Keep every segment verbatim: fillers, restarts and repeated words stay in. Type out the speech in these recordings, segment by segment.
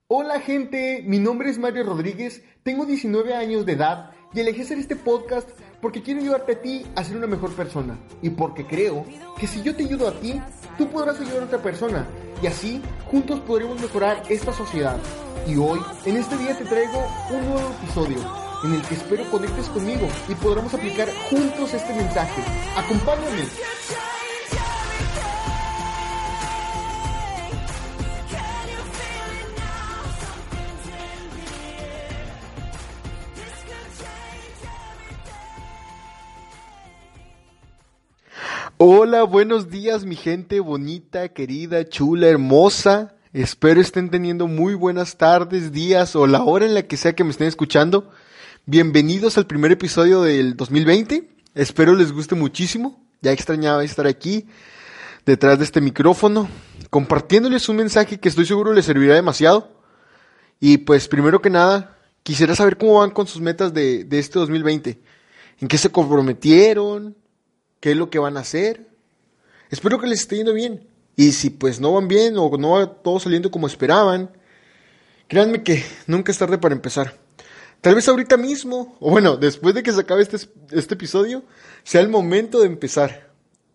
Hola gente, mi nombre es Mario Rodríguez, tengo diecinueve años de edad y elegí hacer este podcast porque quiero ayudarte a ti a ser una mejor persona y porque creo que si yo te ayudo a ti, tú podrás ayudar a otra persona y así juntos podremos mejorar esta sociedad. Y hoy, en este día te traigo un nuevo episodio en el que espero conectes conmigo y podremos aplicar juntos este mensaje. ¡Acompáñame! Hola, buenos días mi gente bonita, querida, chula, hermosa. Espero estén teniendo muy buenas tardes, días o la hora en la que sea que me estén escuchando. Bienvenidos al primer episodio del dos mil veinte. Espero les guste muchísimo. Ya extrañaba estar aquí detrás de este micrófono, compartiéndoles un mensaje que estoy seguro les servirá demasiado. Y pues primero que nada, quisiera saber cómo van con sus metas de, de este dos mil veinte. ¿En qué se comprometieron? ¿Qué es lo que van a hacer? Espero que les esté yendo bien. Y si pues no van bien o no va todo saliendo como esperaban, créanme que nunca es tarde para empezar. Tal vez ahorita mismo, o bueno, después de que se acabe este, este episodio, sea el momento de empezar.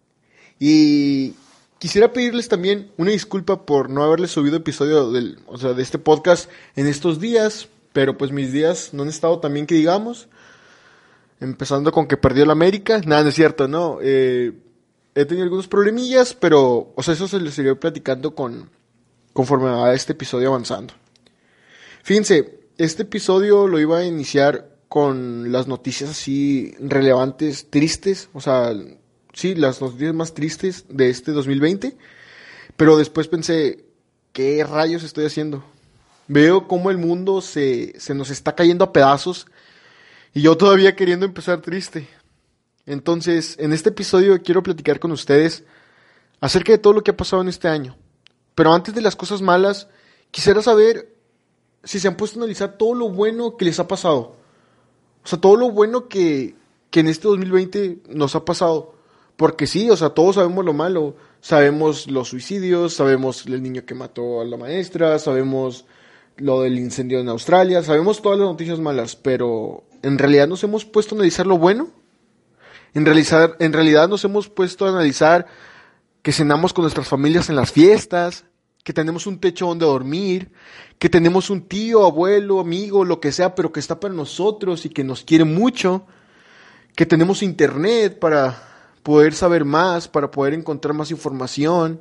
Y quisiera pedirles también una disculpa por no haberles subido episodio del, o sea, de este podcast en estos días, pero pues mis días no han estado tan bien que digamos. Empezando con que perdió la América. Nada, no es cierto, no. Eh, he tenido algunos problemillas, pero, o sea, eso se les iré platicando con, conforme a este episodio avanzando. Fíjense, este episodio lo iba a iniciar con las noticias así relevantes, tristes, o sea, sí, las noticias más tristes de este dos mil veinte, pero después pensé, ¿qué rayos estoy haciendo? Veo cómo el mundo se, se nos está cayendo a pedazos y yo todavía queriendo empezar triste. Entonces, en este episodio quiero platicar con ustedes acerca de todo lo que ha pasado en este año. Pero antes de las cosas malas, quisiera saber si se han puesto a analizar todo lo bueno que les ha pasado. O sea, todo lo bueno que, que en este dos mil veinte nos ha pasado. Porque sí, o sea, todos sabemos lo malo. Sabemos los suicidios, sabemos el niño que mató a la maestra, sabemos lo del incendio en Australia, sabemos todas las noticias malas, pero ¿en realidad nos hemos puesto a analizar lo bueno? ¿En, realizar, en realidad nos hemos puesto a analizar que cenamos con nuestras familias en las fiestas, que tenemos un techo donde dormir, que tenemos un tío, abuelo, amigo, lo que sea, pero que está para nosotros y que nos quiere mucho, que tenemos internet para poder saber más, para poder encontrar más información,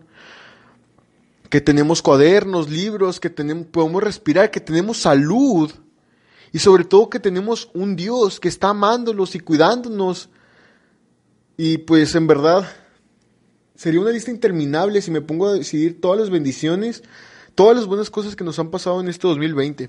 que tenemos cuadernos, libros, que tenemos, podemos respirar, que tenemos salud y sobre todo que tenemos un Dios que está amándolos y cuidándonos? Y pues en verdad sería una lista interminable si me pongo a decidir todas las bendiciones, todas las buenas cosas que nos han pasado en este dos mil veinte.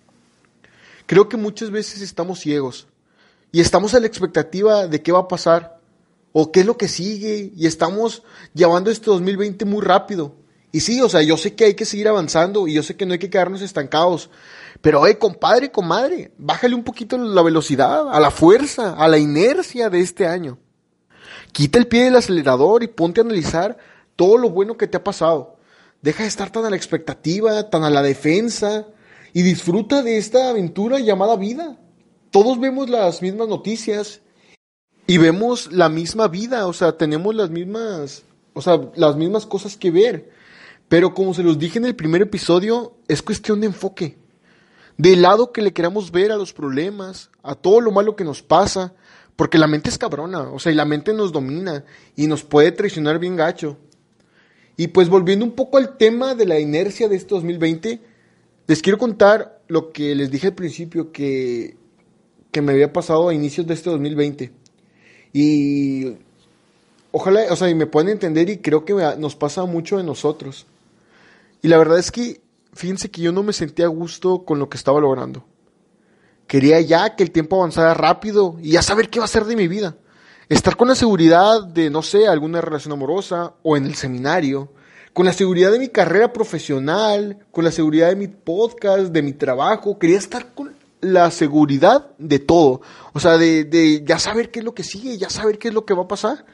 Creo que muchas veces estamos ciegos y estamos a la expectativa de qué va a pasar o qué es lo que sigue y estamos llevando este dos mil veinte muy rápido. Y sí, o sea, yo sé que hay que seguir avanzando y yo sé que no hay que quedarnos estancados. Pero, hey, compadre, comadre, bájale un poquito la velocidad, a la fuerza, a la inercia de este año. Quita el pie del acelerador y ponte a analizar todo lo bueno que te ha pasado. Deja de estar tan a la expectativa, tan a la defensa y disfruta de esta aventura llamada vida. Todos vemos las mismas noticias y vemos la misma vida, o sea, tenemos las mismas, o sea, las mismas cosas que ver. Pero como se los dije en el primer episodio, es cuestión de enfoque. Del lado que le queramos ver a los problemas, a todo lo malo que nos pasa, porque la mente es cabrona, o sea, y la mente nos domina y nos puede traicionar bien gacho. Y pues volviendo un poco al tema de la inercia de este dos mil veinte, les quiero contar lo que les dije al principio que, que me había pasado a inicios de este dos mil veinte. Y ojalá, o sea, y me puedan entender y creo que nos pasa mucho a nosotros. Y la verdad es que, fíjense que yo no me sentía a gusto con lo que estaba logrando. Quería ya que el tiempo avanzara rápido y ya saber qué va a ser de mi vida. Estar con la seguridad de, no sé, alguna relación amorosa o en el seminario. Con la seguridad de mi carrera profesional, con la seguridad de mi podcast, de mi trabajo. Quería estar con la seguridad de todo. O sea, de, de ya saber qué es lo que sigue, ya saber qué es lo que va a pasar.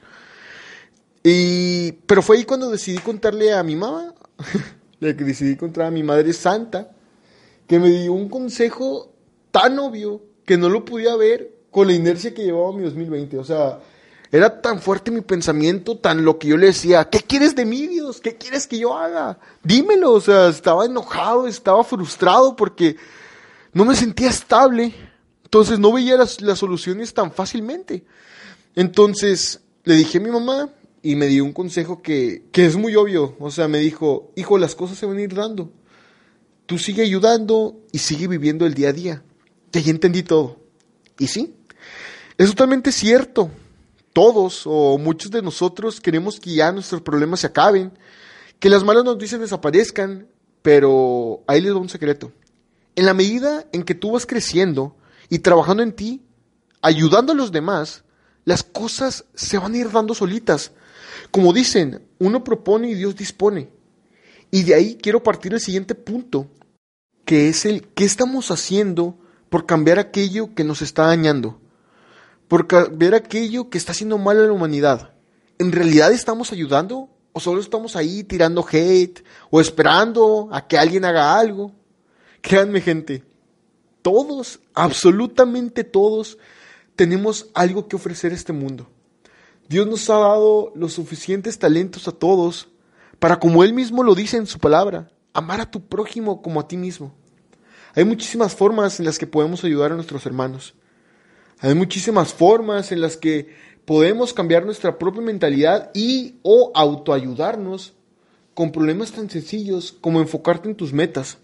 Y, pero fue ahí cuando decidí contarle a mi mamá, le decidí contar a mi madre santa, que me dio un consejo tan obvio que no lo podía ver con la inercia que llevaba mi dos mil veinte. O sea, era tan fuerte mi pensamiento, tan lo que yo le decía, ¿qué quieres de mí, Dios? ¿Qué quieres que yo haga? Dímelo. O sea, estaba enojado, estaba frustrado porque no me sentía estable. Entonces no veía las, las soluciones tan fácilmente. Entonces le dije a mi mamá y me dio un consejo que, que es muy obvio. O sea, me dijo, hijo, las cosas se van a ir dando. Tú sigue ayudando y sigue viviendo el día a día. Y ahí entendí todo. Y sí, es totalmente cierto. Todos o muchos de nosotros queremos que ya nuestros problemas se acaben, que las malas noticias desaparezcan, pero ahí les doy un secreto. En la medida en que tú vas creciendo y trabajando en ti, ayudando a los demás, las cosas se van a ir dando solitas. Como dicen, uno propone y Dios dispone. Y de ahí quiero partir el siguiente punto, que es el ¿qué estamos haciendo por cambiar aquello que nos está dañando? Por cambiar aquello que está haciendo mal a la humanidad. ¿En realidad estamos ayudando? ¿O solo estamos ahí tirando hate? ¿O esperando a que alguien haga algo? Créanme, gente, todos, absolutamente todos, tenemos algo que ofrecer a este mundo. Dios nos ha dado los suficientes talentos a todos para, como Él mismo lo dice en su palabra, amar a tu prójimo como a ti mismo. Hay muchísimas formas en las que podemos ayudar a nuestros hermanos. Hay muchísimas formas en las que podemos cambiar nuestra propia mentalidad y o autoayudarnos con problemas tan sencillos como enfocarte en tus metas.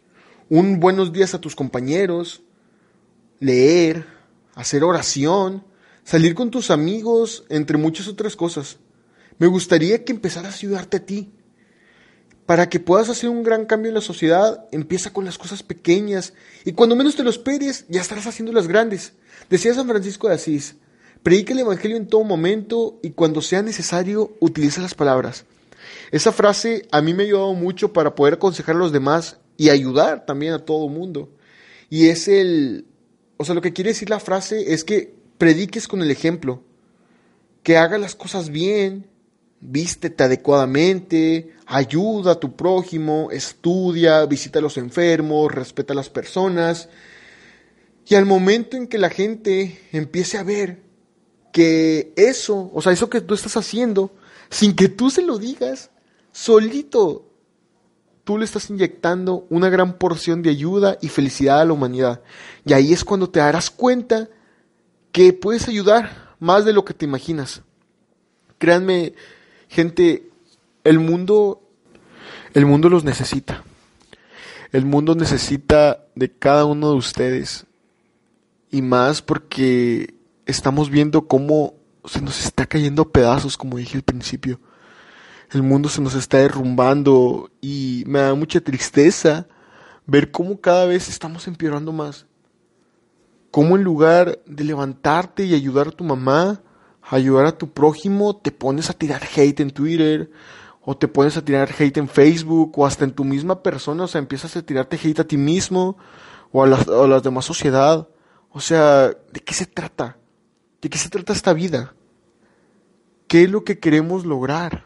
Un buenos días a tus compañeros, leer, hacer oración, salir con tus amigos, entre muchas otras cosas. Me gustaría que empezaras a ayudarte a ti. Para que puedas hacer un gran cambio en la sociedad, empieza con las cosas pequeñas y cuando menos te lo esperes, ya estarás haciendo las grandes. Decía San Francisco de Asís, predica el evangelio en todo momento y cuando sea necesario, utiliza las palabras. Esa frase a mí me ha ayudado mucho para poder aconsejar a los demás y ayudar también a todo el mundo. Y es el, o sea, lo que quiere decir la frase es que prediques con el ejemplo, que hagas las cosas bien, vístete adecuadamente, ayuda a tu prójimo, estudia, visita a los enfermos, respeta a las personas. Y al momento en que la gente empiece a ver que eso, o sea, eso que tú estás haciendo, sin que tú se lo digas, solito, tú le estás inyectando una gran porción de ayuda y felicidad a la humanidad. Y ahí es cuando te darás cuenta que puedes ayudar más de lo que te imaginas. Créanme, gente, el mundo, el mundo los necesita. El mundo necesita de cada uno de ustedes. Y más porque estamos viendo cómo se nos está cayendo a pedazos, como dije al principio. El mundo se nos está derrumbando y me da mucha tristeza ver cómo cada vez estamos empeorando más. Cómo en lugar de levantarte y ayudar a tu mamá, ayudar a tu prójimo, te pones a tirar hate en Twitter, o te pones a tirar hate en Facebook, o hasta en tu misma persona, o sea, empiezas a tirarte hate a ti mismo, o a la, a la demás sociedad. O sea, ¿de qué se trata? ¿De qué se trata esta vida? ¿Qué es lo que queremos lograr?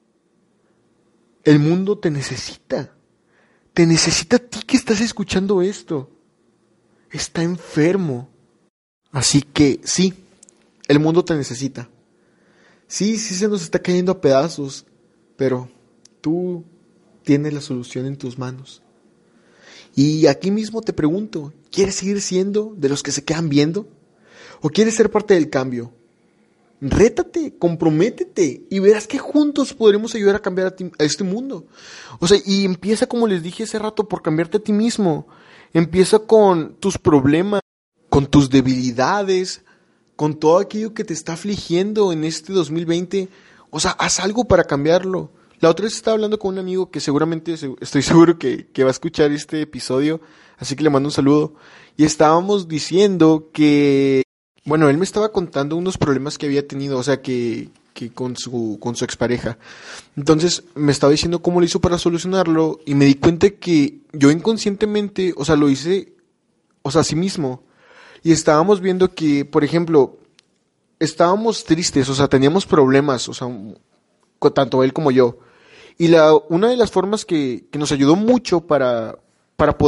El mundo te necesita. Te necesita a ti que estás escuchando esto. Está enfermo. Así que sí, el mundo te necesita. Sí, sí se nos está cayendo a pedazos, pero tú tienes la solución en tus manos. Y aquí mismo te pregunto, ¿quieres seguir siendo de los que se quedan viendo? ¿O quieres ser parte del cambio? Rétate, comprométete y verás que juntos podremos ayudar a cambiar a, ti, a este mundo. O sea, y empieza, como les dije hace rato, por cambiarte a ti mismo. Empieza con tus problemas, con tus debilidades, con todo aquello que te está afligiendo en este dos mil veinte. O sea, haz algo para cambiarlo. La otra vez estaba hablando con un amigo que seguramente, estoy seguro que, que va a escuchar este episodio, así que le mando un saludo. Y estábamos diciendo que, bueno, él me estaba contando unos problemas que había tenido, o sea, que, que con su, con su expareja. Entonces me estaba diciendo cómo lo hizo para solucionarlo y me di cuenta que yo inconscientemente, o sea, lo hice, o sea, a sí mismo. Y estábamos viendo que, por ejemplo, estábamos tristes, o sea, teníamos problemas, o sea, tanto él como yo. Y la, una de las formas que, que nos ayudó mucho para, para poder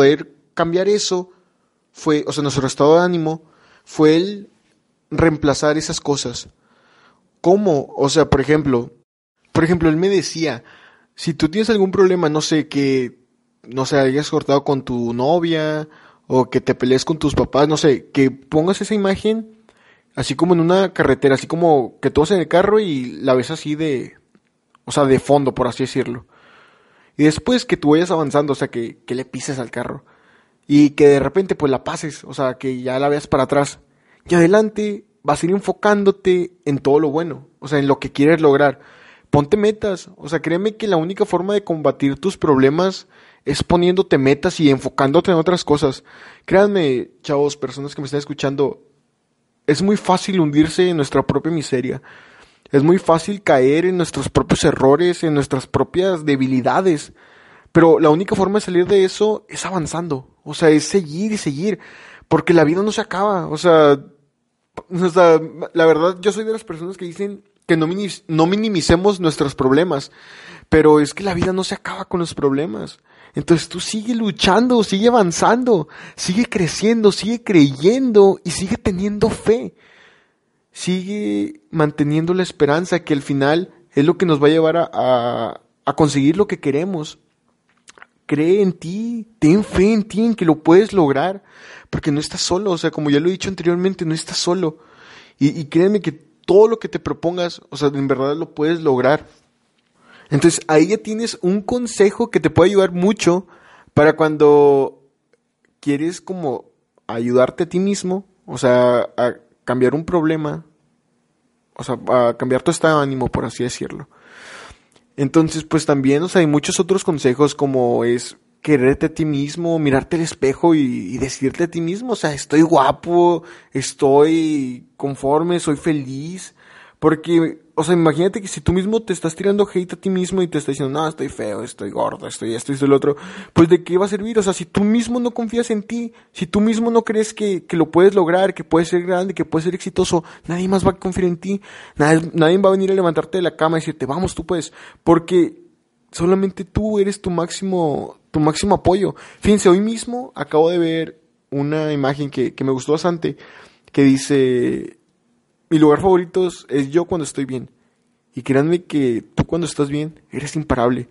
cambiar eso fue, o sea, nuestro estado de ánimo fue el reemplazar esas cosas. ¿Cómo? O sea, por ejemplo, por ejemplo, él me decía, si tú tienes algún problema, no sé, que, no sé, hayas cortado con tu novia o que te pelees con tus papás, no sé, que pongas esa imagen así como en una carretera, así como que tú vas en el carro y la ves así de, o sea, de fondo, por así decirlo. Y después que tú vayas avanzando, o sea, que, que le pises al carro. Y que de repente pues la pases, o sea, que ya la veas para atrás. Y adelante vas a ir enfocándote en todo lo bueno, o sea, en lo que quieres lograr. Ponte metas, o sea, créeme que la única forma de combatir tus problemas es poniéndote metas y enfocándote en otras cosas. Créanme, chavos, personas que me están escuchando, es muy fácil hundirse en nuestra propia miseria. Es muy fácil caer en nuestros propios errores, en nuestras propias debilidades. Pero la única forma de salir de eso es avanzando. O sea, es seguir y seguir. Porque la vida no se acaba. O sea, o sea, la verdad, yo soy de las personas que dicen que no, minis- no minimicemos nuestros problemas. Pero es que la vida no se acaba con los problemas. Entonces tú sigue luchando, sigue avanzando, sigue creciendo, sigue creyendo y sigue teniendo fe. Sigue manteniendo la esperanza que al final es lo que nos va a llevar a, a, a conseguir lo que queremos. Cree en ti, ten fe en ti, en que lo puedes lograr, porque no estás solo, o sea, como ya lo he dicho anteriormente, no estás solo. Y, y créeme que todo lo que te propongas, o sea, en verdad lo puedes lograr. Entonces ahí ya tienes un consejo que te puede ayudar mucho para cuando quieres como ayudarte a ti mismo, o sea, a cambiar un problema, o sea, a cambiar tu estado de ánimo, por así decirlo. Entonces, pues también, o sea, hay muchos otros consejos como es quererte a ti mismo, mirarte al espejo y, y decirte a ti mismo, o sea, estoy guapo, estoy conforme, soy feliz. Porque, o sea, imagínate que si tú mismo te estás tirando hate a ti mismo y te estás diciendo, no, estoy feo, estoy gordo, estoy esto, estoy lo otro, pues ¿de qué va a servir? O sea, si tú mismo no confías en ti, si tú mismo no crees que, que lo puedes lograr, que puedes ser grande, que puedes ser exitoso, nadie más va a confiar en ti, nadie, nadie va a venir a levantarte de la cama y decirte, vamos, tú puedes, porque solamente tú eres tu máximo, tu máximo apoyo. Fíjense, hoy mismo acabo de ver una imagen que, que me gustó bastante, que dice, mi lugar favorito es, es yo cuando estoy bien. Y créanme que tú cuando estás bien eres imparable.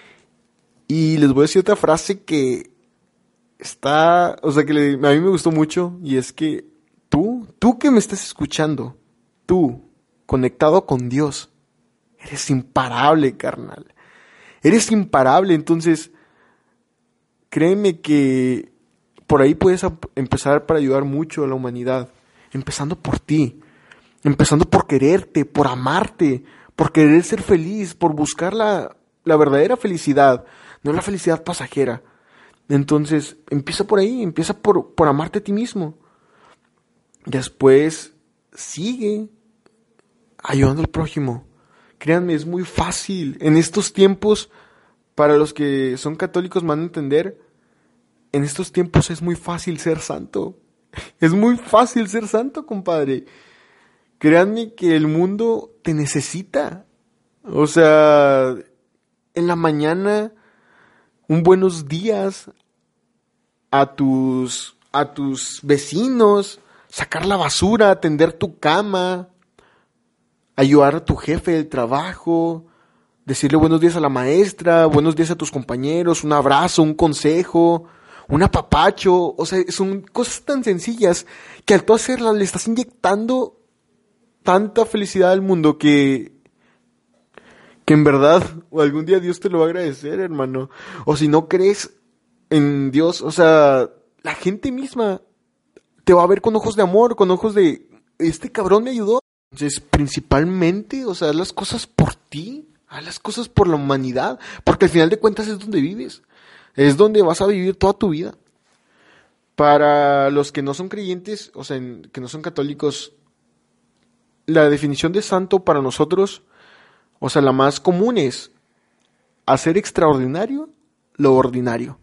Y les voy a decir otra frase que está, o sea, que le- a mí me gustó mucho. Y es que tú, tú que me estás escuchando, tú, conectado con Dios, eres imparable, carnal. Eres imparable, entonces créeme que por ahí puedes ap- empezar para ayudar mucho a la humanidad. Empezando por ti. Empezando por quererte, por amarte, por querer ser feliz, por buscar la, la verdadera felicidad, no la felicidad pasajera. Entonces, empieza por ahí, empieza por, por amarte a ti mismo. Después, sigue ayudando al prójimo. Créanme, es muy fácil. En estos tiempos, para los que son católicos me van a entender, en estos tiempos es muy fácil ser santo. Es muy fácil ser santo, compadre. Créanme que el mundo te necesita. O sea, en la mañana, un buenos días a tus, a tus vecinos, sacar la basura, atender tu cama, ayudar a tu jefe del trabajo, decirle buenos días a la maestra, buenos días a tus compañeros, un abrazo, un consejo, un apapacho. O sea, son cosas tan sencillas que al tú hacerlas le estás inyectando tanta felicidad al mundo que, que en verdad o algún día Dios te lo va a agradecer, hermano. O si no crees en Dios, o sea, la gente misma te va a ver con ojos de amor, con ojos de, este cabrón me ayudó. Entonces, principalmente, o sea, haz las cosas por ti, haz las cosas por la humanidad, porque al final de cuentas es donde vives, es donde vas a vivir toda tu vida. Para los que no son creyentes, o sea, en- que no son católicos, la definición de santo para nosotros, o sea, la más común es hacer extraordinario lo ordinario.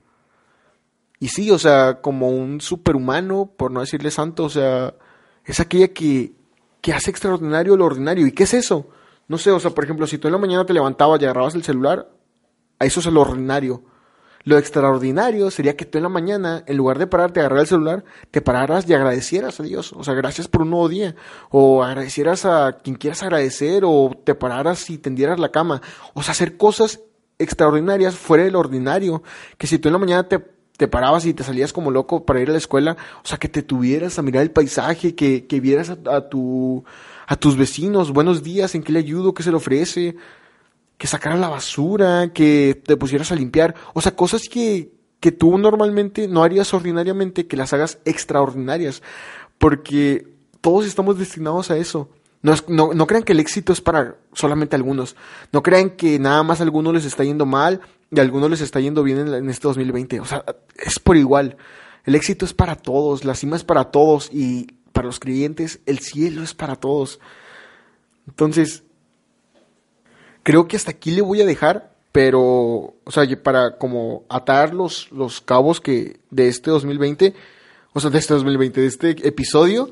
Y sí, o sea, como un superhumano, por no decirle santo, o sea, es aquella que, que hace extraordinario lo ordinario. ¿Y qué es eso? No sé, o sea, por ejemplo, si tú en la mañana te levantabas y agarrabas el celular, a eso es lo ordinario. Lo extraordinario sería que tú en la mañana, en lugar de pararte a agarrar el celular, te pararas y agradecieras a Dios. O sea, gracias por un nuevo día. O agradecieras a quien quieras agradecer, o te pararas y tendieras la cama. O sea, hacer cosas extraordinarias fuera del ordinario. Que si tú en la mañana te, te parabas y te salías como loco para ir a la escuela, o sea, que te tuvieras a mirar el paisaje, que, que vieras a, a, tu, a tus vecinos, buenos días, en qué le ayudo, qué se le ofrece, que sacaras la basura, que te pusieras a limpiar. O sea, cosas que, que tú normalmente no harías ordinariamente, que las hagas extraordinarias. Porque todos estamos destinados a eso. No, es, no, no crean que el éxito es para solamente algunos. No crean que nada más a algunos les está yendo mal y a algunos les está yendo bien en, en este dos mil veinte. O sea, es por igual. El éxito es para todos, la cima es para todos y para los creyentes el cielo es para todos. Entonces, creo que hasta aquí le voy a dejar, pero, o sea, para como atar los, los cabos que de este dos mil veinte, o sea, de este dos mil veinte, de este episodio,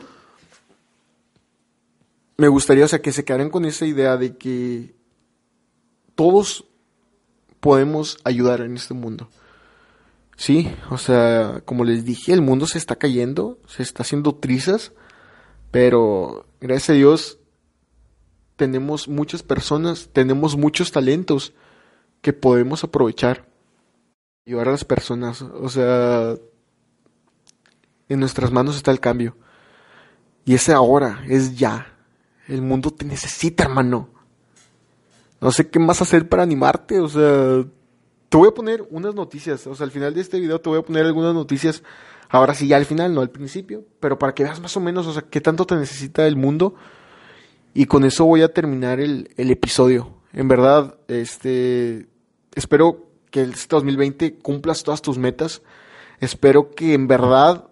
me gustaría, o sea, que se quedaran con esa idea de que todos podemos ayudar en este mundo. Sí, o sea, como les dije, el mundo se está cayendo, se está haciendo trizas, pero gracias a Dios tenemos muchas personas, tenemos muchos talentos que podemos aprovechar, ayudar a las personas. O sea, en nuestras manos está el cambio. Y es ahora, es ya. El mundo te necesita, hermano. No sé qué más hacer para animarte. O sea, te voy a poner unas noticias. O sea, al final de este video te voy a poner algunas noticias. Ahora sí, ya al final, no al principio. Pero para que veas más o menos, o sea, qué tanto te necesita el mundo. Y con eso voy a terminar el, el episodio. En verdad, este, espero que este dos mil veinte cumplas todas tus metas. Espero que en verdad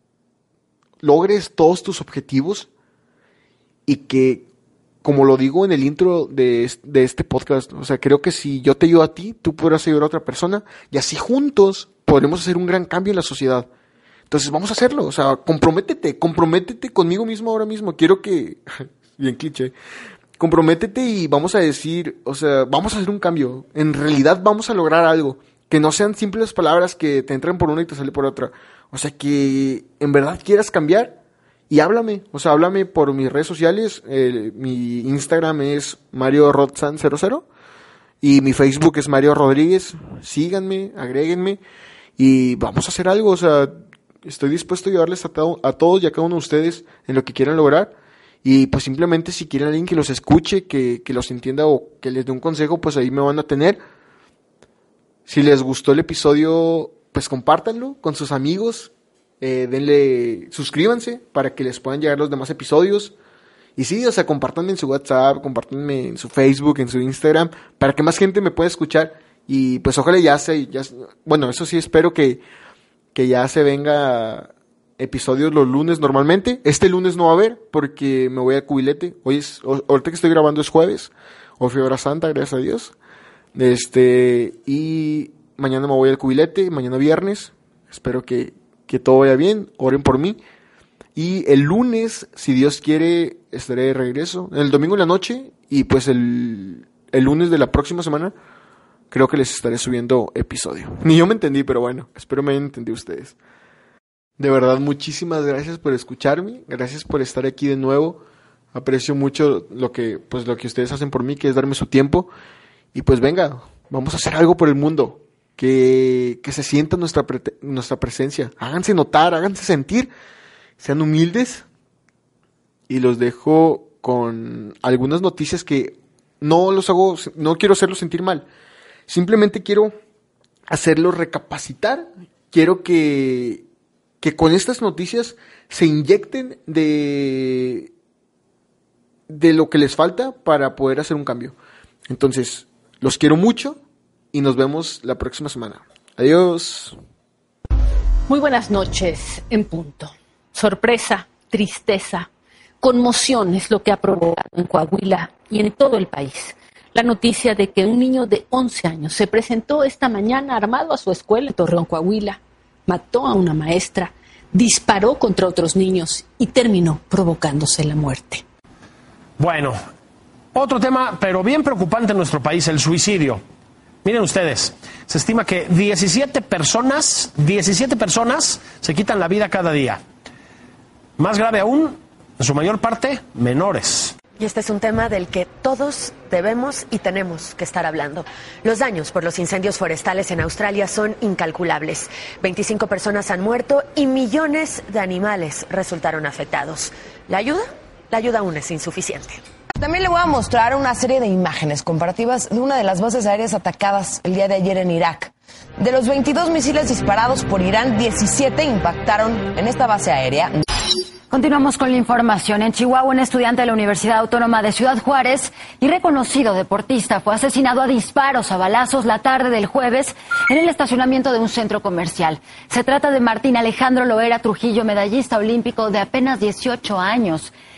logres todos tus objetivos. Y que, como lo digo en el intro de, de este podcast, o sea, creo que si yo te ayudo a ti, tú podrás ayudar a otra persona. Y así juntos podremos hacer un gran cambio en la sociedad. Entonces vamos a hacerlo. O sea, comprométete, comprométete conmigo mismo ahora mismo. Quiero que... bien cliché, comprométete y vamos a decir, o sea, vamos a hacer un cambio, en realidad vamos a lograr algo, que no sean simples palabras que te entran por una y te sale por otra, o sea, que en verdad quieras cambiar y háblame, o sea, háblame por mis redes sociales, eh, mi Instagram es Mario Rodsan cero cero y mi Facebook es Mario Rodríguez, síganme, agréguenme y vamos a hacer algo, o sea, estoy dispuesto a ayudarles a, to- a todos y a cada uno de ustedes en lo que quieran lograr. Y pues simplemente si quieren alguien que los escuche, que, que los entienda o que les dé un consejo, pues ahí me van a tener. Si les gustó el episodio, pues compártanlo con sus amigos, eh, denle, suscríbanse para que les puedan llegar los demás episodios. Y sí, o sea, compártanme en su WhatsApp, compártanme en su Facebook, en su Instagram, para que más gente me pueda escuchar. Y pues ojalá ya se, ya, bueno, eso sí espero que, que ya se venga episodios los lunes normalmente. Este lunes no va a haber porque me voy a Cubilete. Hoy es, ahorita que estoy grabando es jueves. Hoy fue hora santa, gracias a Dios. Este, y mañana me voy al Cubilete, mañana viernes. Espero que, que todo vaya bien. Oren por mí. Y el lunes, si Dios quiere, estaré de regreso. El domingo en la noche. Y pues el, el lunes de la próxima semana, creo que les estaré subiendo episodio. Ni yo me entendí, pero bueno, espero me hayan entendido ustedes. De verdad, muchísimas gracias por escucharme, gracias por estar aquí de nuevo. Aprecio mucho lo que, pues, lo que ustedes hacen por mí, que es darme su tiempo. Y pues venga, vamos a hacer algo por el mundo. Que, que se sienta nuestra, pre- nuestra presencia. Háganse notar, háganse sentir. Sean humildes. Y los dejo con algunas noticias que no los hago, no quiero hacerlos sentir mal. Simplemente quiero hacerlos recapacitar. Quiero que... que con estas noticias se inyecten de, de lo que les falta para poder hacer un cambio. Entonces, los quiero mucho y nos vemos la próxima semana. Adiós. Muy buenas noches, en punto. Sorpresa, tristeza, conmoción es lo que ha provocado en Coahuila y en todo el país la noticia de que un niño de once años se presentó esta mañana armado a su escuela en Torreón, Coahuila. Mató a una maestra, disparó contra otros niños y terminó provocándose la muerte. Bueno, otro tema, pero bien preocupante en nuestro país, el suicidio. Miren ustedes, se estima que diecisiete personas, diecisiete personas se quitan la vida cada día. Más grave aún, en su mayor parte, menores. Y este es un tema del que todos debemos y tenemos que estar hablando. Los daños por los incendios forestales en Australia son incalculables. veinticinco personas han muerto y millones de animales resultaron afectados. ¿La ayuda? La ayuda aún es insuficiente. También le voy a mostrar una serie de imágenes comparativas de una de las bases aéreas atacadas el día de ayer en Irak. De los veintidós misiles disparados por Irán, diecisiete impactaron en esta base aérea. Continuamos con la información. En Chihuahua, un estudiante de la Universidad Autónoma de Ciudad Juárez y reconocido deportista fue asesinado a disparos, a balazos, la tarde del jueves en el estacionamiento de un centro comercial. Se trata de Martín Alejandro Loera Trujillo, medallista olímpico de apenas dieciocho años.